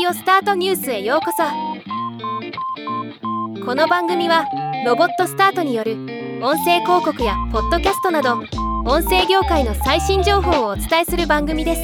オスタートニュースへようこそ。この番組はロボットスタートによる音声広告やポッドキャストなど音声業界の最新情報をお伝えする番組です。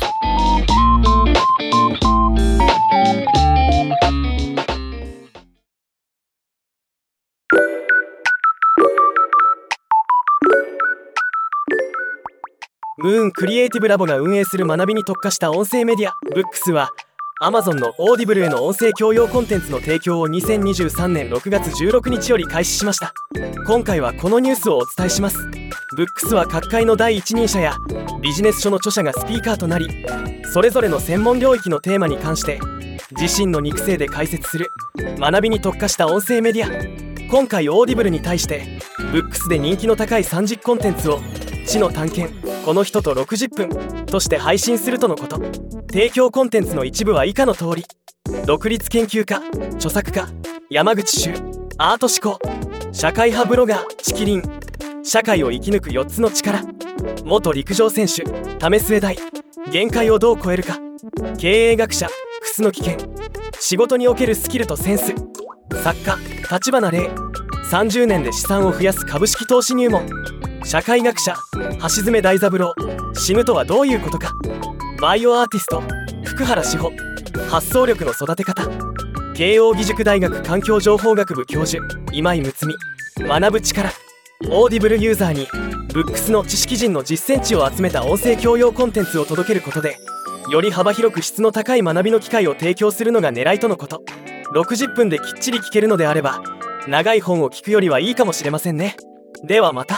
ムーンクリエイティブラボが運営する学びに特化した音声メディアブックスは Amazon のオーディブルへの音声教養コンテンツの提供を2023年6月16日より開始しました。今回はこのニュースをお伝えします。ブックスは各界の第一人者やビジネス書の著者がスピーカーとなり、それぞれの専門領域のテーマに関して自身の肉声で解説する学びに特化した音声メディア。今回オーディブルに対してブックスで人気の高い30コンテンツを知の探検この人と60分として配信するとのこと。提供コンテンツの一部は以下の通り、独立研究家、著作家、山口周、アート思考、社会派ブロガー、チキリン、社会を生き抜く4つの力、元陸上選手、為末大、限界をどう超えるか、経営学者、楠木健、仕事におけるスキルとセンス、作家、立花玲、30年で資産を増やす株式投資入門、社会学者、橋爪大三郎、死ぬとはどういうことか、バイオアーティスト、福原志保、発想力の育て方、慶應義塾大学環境情報学部教授今井睦美、学ぶ力。オーディブルユーザーにブックスの知識人の実践値を集めた音声教養コンテンツを届けることで、より幅広く質の高い学びの機会を提供するのが狙いとのこと。60分できっちり聞けるのであれば、長い本を聞くよりはいいかもしれませんね。ではまた。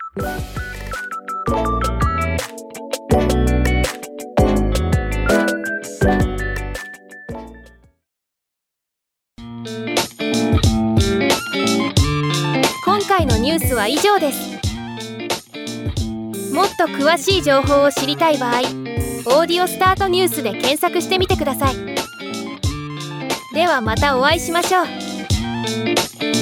今回のニュースは以上です。もっと詳しい情報を知りたい場合、オーディオスタートニュースで検索してみてください。ではまたお会いしましょう。